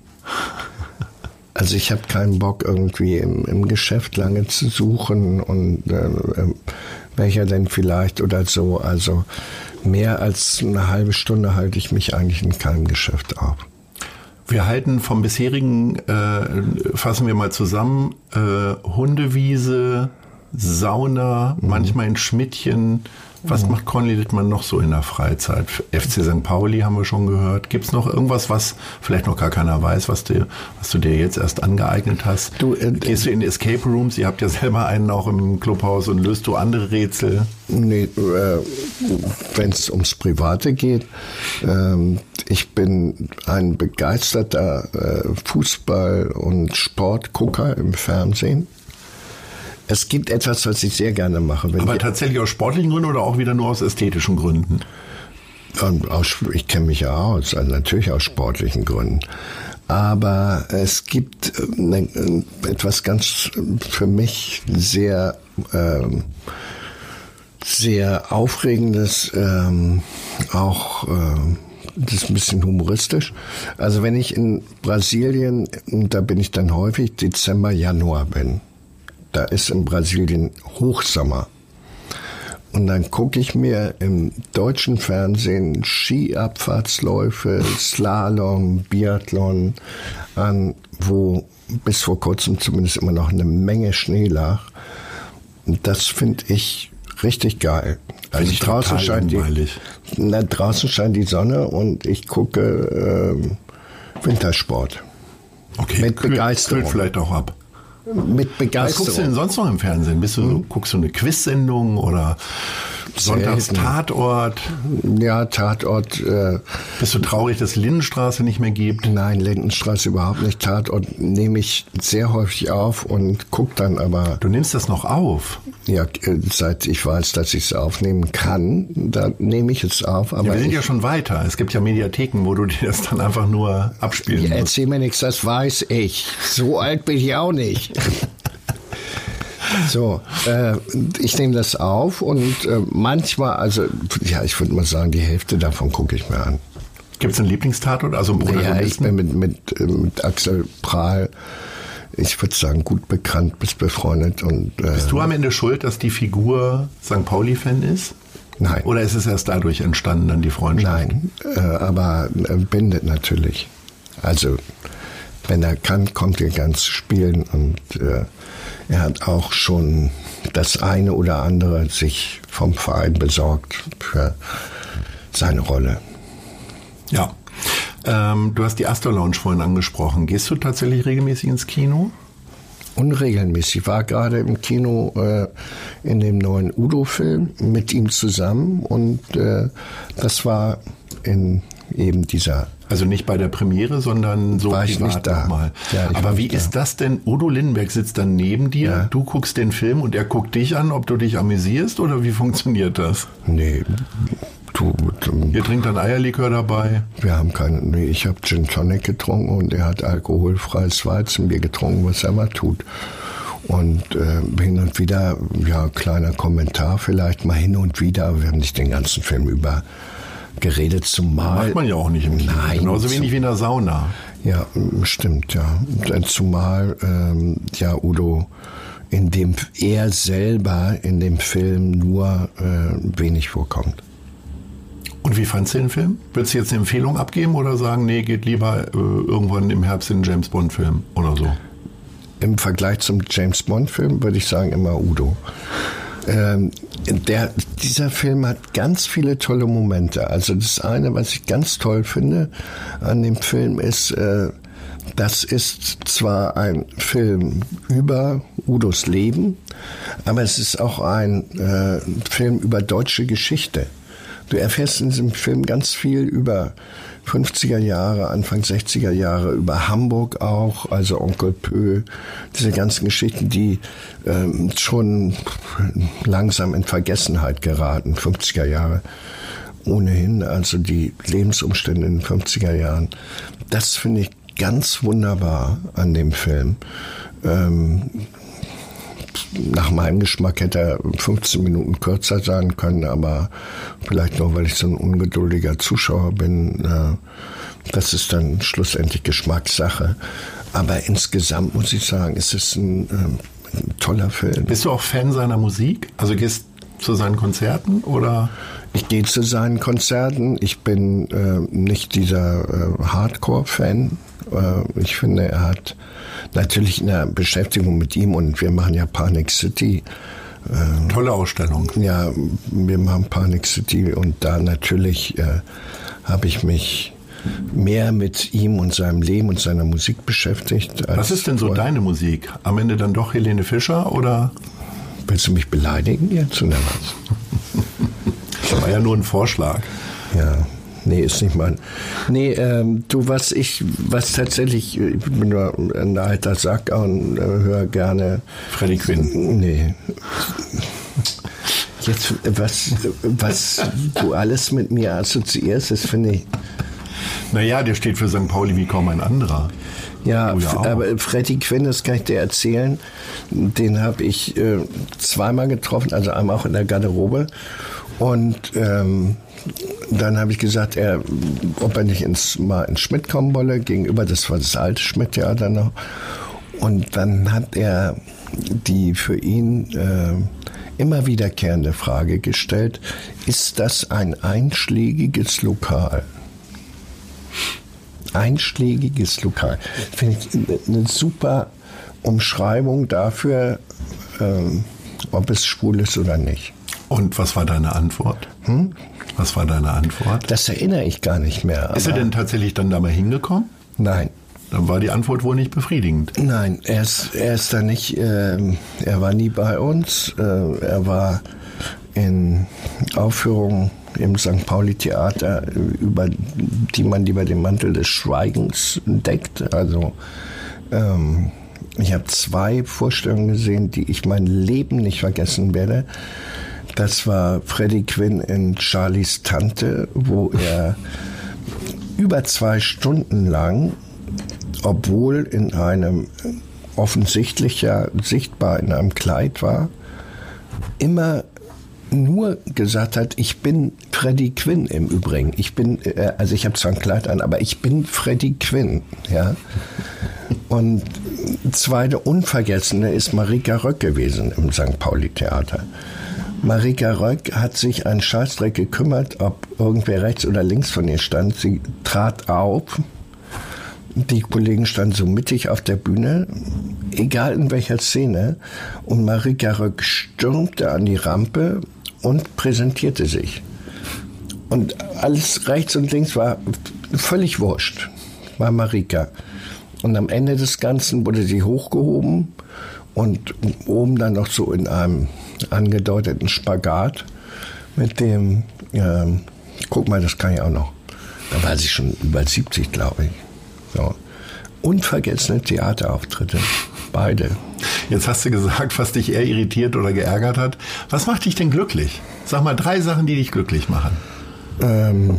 Also ich habe keinen Bock, irgendwie im, im Geschäft lange zu suchen und äh, äh, welcher denn vielleicht oder so. Also mehr als eine halbe Stunde halte ich mich eigentlich in keinem Geschäft auf. Wir halten vom bisherigen, äh, fassen wir mal zusammen, äh, Hundewiese, Sauna, mhm. manchmal in Schmidtchen. Was mhm. macht Conny Littmann noch so in der Freizeit? F C Sankt Pauli haben wir schon gehört. Gibt es noch irgendwas, was vielleicht noch gar keiner weiß, was du, was du dir jetzt erst angeeignet hast? Du, äh, Gehst du in Escape Rooms? Ihr habt ja selber einen auch im Clubhaus und löst du andere Rätsel? Nee, äh, wenn es ums Private geht. Ähm, ich bin ein begeisterter äh, Fußball- und Sportgucker im Fernsehen. Es gibt etwas, was ich sehr gerne mache. Wenn Aber tatsächlich aus sportlichen Gründen oder auch wieder nur aus ästhetischen Gründen? Aus, ich kenne mich ja aus, also natürlich aus sportlichen Gründen. Aber es gibt äh, etwas ganz für mich sehr, äh, sehr Aufregendes, äh, auch äh, das ist ein bisschen humoristisch. Also wenn ich in Brasilien, und da bin ich dann häufig, Dezember, Januar bin, da ist in Brasilien Hochsommer. Und dann gucke ich mir im deutschen Fernsehen Skiabfahrtsläufe, Slalom, Biathlon an, wo bis vor kurzem zumindest immer noch eine Menge Schnee lag. Und das finde ich richtig geil. Also draußen scheint, die, na, draußen scheint die Sonne und ich gucke äh, Wintersport. Okay, mit kühl, Begeisterung. Kühlt vielleicht auch ab. Mit Begeisterung. Was guckst du denn sonst noch im Fernsehen? Bist du, hm? Guckst du eine Quizsendung oder Sonntags Tatort? Ja, Tatort. Äh, Bist du traurig, dass Lindenstraße nicht mehr gibt? Nein, Lindenstraße überhaupt nicht. Tatort nehme ich sehr häufig auf und gucke dann aber... Du nimmst das noch auf? Ja, seit ich weiß, dass ich es aufnehmen kann, da nehme ich es auf. Aber ja, wir sind ich, ja schon weiter. Es gibt ja Mediatheken, wo du dir das dann einfach nur abspielen ja, musst. Erzähl mir nichts, das weiß ich. So alt bin ich auch nicht. So, äh, ich nehme das auf und äh, manchmal, also ja, ich würde mal sagen, die Hälfte davon gucke ich mir an. Gibt es einen Lieblingstatort? Also einen ja, ich bin mit, mit, mit Axel Prahl, ich würde sagen, gut bekannt, bis befreundet. Und, äh, Bist du am Ende schuld, dass die Figur Sankt Pauli-Fan ist? Nein. Oder ist es erst dadurch entstanden, dann die Freundschaft? Nein, äh, aber äh, bindet natürlich. Also, wenn er kann, kommt er ganz spielen und äh, er hat auch schon das eine oder andere sich vom Verein besorgt für seine Rolle. Ja. Ähm, du hast die Astor Lounge vorhin angesprochen. Gehst du tatsächlich regelmäßig ins Kino? Unregelmäßig. Ich war gerade im Kino äh, in dem neuen Udo-Film mit ihm zusammen und äh, das war in eben dieser... Also nicht bei der Premiere, sondern so war ich privat nicht da. nochmal. Ja, aber wie ist das denn? Udo Lindenberg sitzt dann neben dir, ja. Du guckst den Film und er guckt dich an, ob du dich amüsierst oder wie funktioniert das? Nee, du... du Ihr trinkt dann Eierlikör dabei? Wir haben keinen... Nee, ich habe Gin Tonic getrunken und er hat alkoholfreies Weizenbier getrunken, was er mal tut. Und äh, hin und wieder, ja, kleiner Kommentar vielleicht mal hin und wieder, aber wir haben nicht den ganzen Film über... geredet, zumal... Macht man ja auch nicht im Kino. Nein. Genauso wenig wie in der Sauna. Ja, stimmt, ja. Zumal, ähm, ja, Udo, in dem er selber in dem Film nur äh, wenig vorkommt. Und wie fandst du den Film? Würdest du jetzt eine Empfehlung abgeben oder sagen, nee, geht lieber äh, irgendwann im Herbst in einen James-Bond-Film oder so? Im Vergleich zum James-Bond-Film würde ich sagen immer Udo. Ähm, der, dieser Film hat ganz viele tolle Momente. Also das eine, was ich ganz toll finde an dem Film ist, äh, das ist zwar ein Film über Udos Leben, aber es ist auch ein äh, Film über deutsche Geschichte. Du erfährst in diesem Film ganz viel über fünfziger Jahre, Anfang sechziger Jahre, über Hamburg auch, also Onkel Pö, diese ganzen Geschichten, die ähm, schon langsam in Vergessenheit geraten, fünfziger Jahre ohnehin, also die Lebensumstände in den fünfziger Jahren. Das finde ich ganz wunderbar an dem Film. Ähm, Nach meinem Geschmack hätte er fünfzehn Minuten kürzer sein können, aber vielleicht nur, weil ich so ein ungeduldiger Zuschauer bin. Das ist dann schlussendlich Geschmackssache. Aber insgesamt muss ich sagen, es ist ein, ein toller Film. Bist du auch Fan seiner Musik? Also gehst zu seinen Konzerten oder? Ich gehe zu seinen Konzerten. Ich bin äh, nicht dieser äh, Hardcore-Fan. Äh, ich finde, er hat natürlich in der Beschäftigung mit ihm, und wir machen ja Panic City. Äh, Tolle Ausstellung. Ja, wir machen Panic City, und da natürlich äh, habe ich mich mehr mit ihm und seinem Leben und seiner Musik beschäftigt. Was ist denn so vorher. Deine Musik? Am Ende dann doch Helene Fischer, oder? Willst du mich beleidigen jetzt oder was? Das war ja nur ein Vorschlag. Ja, nee, ist nicht mein. Nee, ähm, du, was ich, was tatsächlich, ich bin nur ein alter Sack und äh, höre gerne. Freddie Quinn. Nee. Jetzt, was, was du alles mit mir assoziierst, das finde ich. Naja, der steht für Sankt Pauli wie kaum ein anderer. Ja, ja aber Freddie Quinn, das kann ich dir erzählen, den habe ich äh, zweimal getroffen, also einmal auch in der Garderobe. Und ähm, dann habe ich gesagt, er, ob er nicht ins, mal ins Schmidt kommen wolle, gegenüber, das war das alte Schmidt-Theater noch. Und dann hat er die für ihn äh, immer wiederkehrende Frage gestellt, ist das ein einschlägiges Lokal? Einschlägiges Lokal. Finde ich eine super Umschreibung dafür, ähm, ob es schwul ist oder nicht. Und was war deine Antwort? Hm? Was war deine Antwort? Das erinnere ich gar nicht mehr. Ist er denn tatsächlich dann da mal hingekommen? Nein. Dann war die Antwort wohl nicht befriedigend. Nein, er ist, er ist da nicht, äh, er war nie bei uns. Äh, er war in Aufführungen im Sankt Pauli Theater, über die man lieber den Mantel des Schweigens deckt. Also ähm, ich habe zwei Vorstellungen gesehen, die ich mein Leben nicht vergessen werde. Das war Freddie Quinn in Charlies Tante, wo er über zwei Stunden lang, obwohl in einem offensichtlich ja sichtbar in einem Kleid war, immer nur gesagt hat, ich bin Freddie Quinn im Übrigen. Ich bin, äh, also ich habe zwar ein Kleid an, aber ich bin Freddie Quinn, ja. Und zweite unvergessene ist Marika Röck gewesen im Sankt Pauli Theater. Marika Röck hat sich einen Scheißdreck gekümmert, ob irgendwer rechts oder links von ihr stand. Sie trat auf. Die Kollegen standen so mittig auf der Bühne, egal in welcher Szene. Und Marika Röck stürmte an die Rampe und präsentierte sich. Und alles rechts und links war völlig wurscht, war Marika. Und am Ende des Ganzen wurde sie hochgehoben und oben dann noch so in einem angedeuteten Spagat mit dem, äh, guck mal, das kann ich auch noch. Da war sie schon über siebzig, glaube ich. So. Unvergessene Theaterauftritte. Beide. Jetzt hast du gesagt, was dich eher irritiert oder geärgert hat. Was macht dich denn glücklich? Sag mal drei Sachen, die dich glücklich machen. Ähm,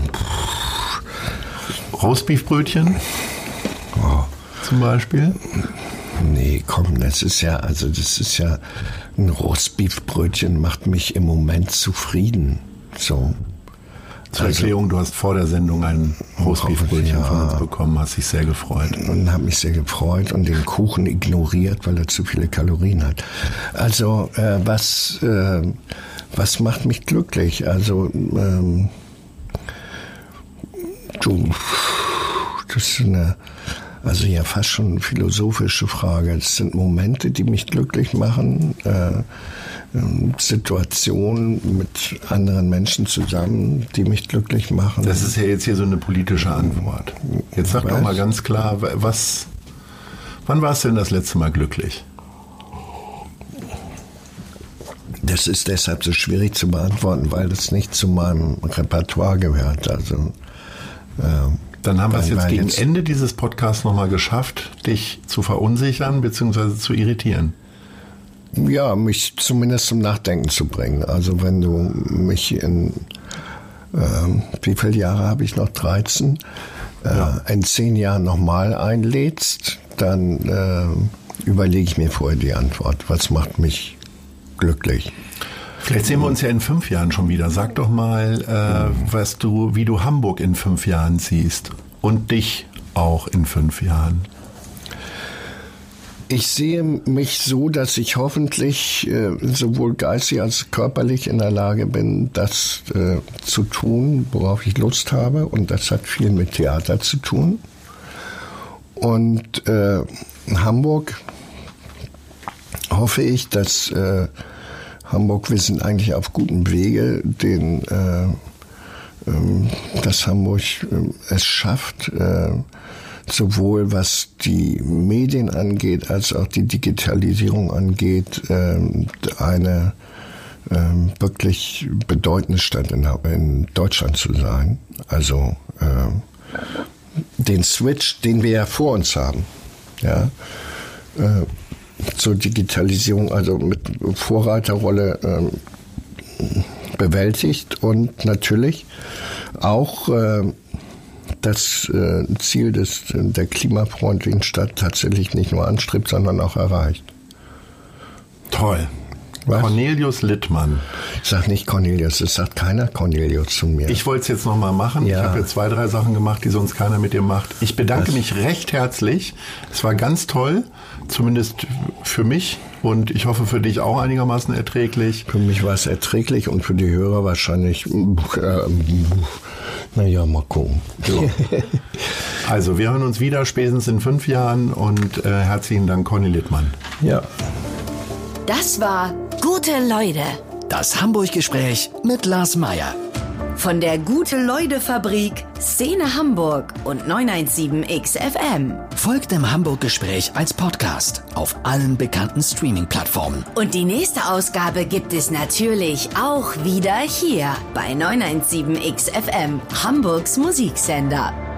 Rostbeefbrötchen? Oh. Zum Beispiel? Nee, komm, das ist ja, also das ist ja, ein Rostbeefbrötchen macht mich im Moment zufrieden. So. Zur Erklärung, du hast vor der Sendung ein Rostbeefbrötchen ja. von uns bekommen, hast dich sehr gefreut. Und habe mich sehr gefreut und den Kuchen ignoriert, weil er zu viele Kalorien hat. Also äh, was, äh, was macht mich glücklich? Also ähm, du, das ist eine, also ja fast schon eine philosophische Frage. Es sind Momente, die mich glücklich machen. Äh, Situationen mit anderen Menschen zusammen, die mich glücklich machen. Das ist ja jetzt hier so eine politische Antwort. Jetzt sag doch mal ganz klar, was, wann warst du denn das letzte Mal glücklich? Das ist deshalb so schwierig zu beantworten, weil das nicht zu meinem Repertoire gehört. Also, äh, Dann haben wir es jetzt gegen jetzt Ende dieses Podcasts nochmal geschafft, dich zu verunsichern bzw. zu irritieren. Ja, mich zumindest zum Nachdenken zu bringen. Also wenn du mich in, äh, wie viele Jahre habe ich noch? dreizehn, äh, ja. in zehn Jahren nochmal einlädst, dann äh, überlege ich mir vorher die Antwort. Was macht mich glücklich? Vielleicht sehen wir uns ja in fünf Jahren schon wieder. Sag doch mal, äh, was du, wie du Hamburg in fünf Jahren siehst und dich auch in fünf Jahren. Ich sehe mich so, dass ich hoffentlich äh, sowohl geistig als körperlich in der Lage bin, das äh, zu tun, worauf ich Lust habe. Und das hat viel mit Theater zu tun. Und äh, Hamburg hoffe ich, dass äh, Hamburg, wir sind eigentlich auf gutem Wege, den, äh, ähm, dass Hamburg äh, es schafft, äh, sowohl was die Medien angeht, als auch die Digitalisierung angeht, äh, eine äh, wirklich bedeutende Stadt in, in Deutschland zu sein. Also äh, den Switch, den wir ja vor uns haben, ja, äh, zur Digitalisierung, also mit Vorreiterrolle äh, bewältigt und natürlich auch äh, das äh, Ziel des, der klimafreundlichen Stadt tatsächlich nicht nur anstrebt, sondern auch erreicht. Toll. Was? Cornelius Littmann. Ich sag nicht Cornelius, es sagt keiner Cornelius zu mir. Ich wollte es jetzt nochmal machen. Ja. Ich habe jetzt zwei, drei Sachen gemacht, die sonst keiner mit dir macht. Ich bedanke Was? mich recht herzlich. Es war ganz toll, zumindest für mich. Und ich hoffe für dich auch einigermaßen erträglich. Für mich war es erträglich und für die Hörer wahrscheinlich, äh, naja, mal gucken. So. Also, wir hören uns wieder spätestens in fünf Jahren und äh, herzlichen Dank, Conny Littmann. Ja. Das war Gute Leute. Das Hamburg-Gespräch mit Lars Meier. Von der Gute-Leute-Fabrik, Szene Hamburg und neun eins sieben X F M. Folgt dem Hamburg-Gespräch als Podcast auf allen bekannten Streaming-Plattformen. Und die nächste Ausgabe gibt es natürlich auch wieder hier bei neun eins sieben X F M, Hamburgs Musiksender.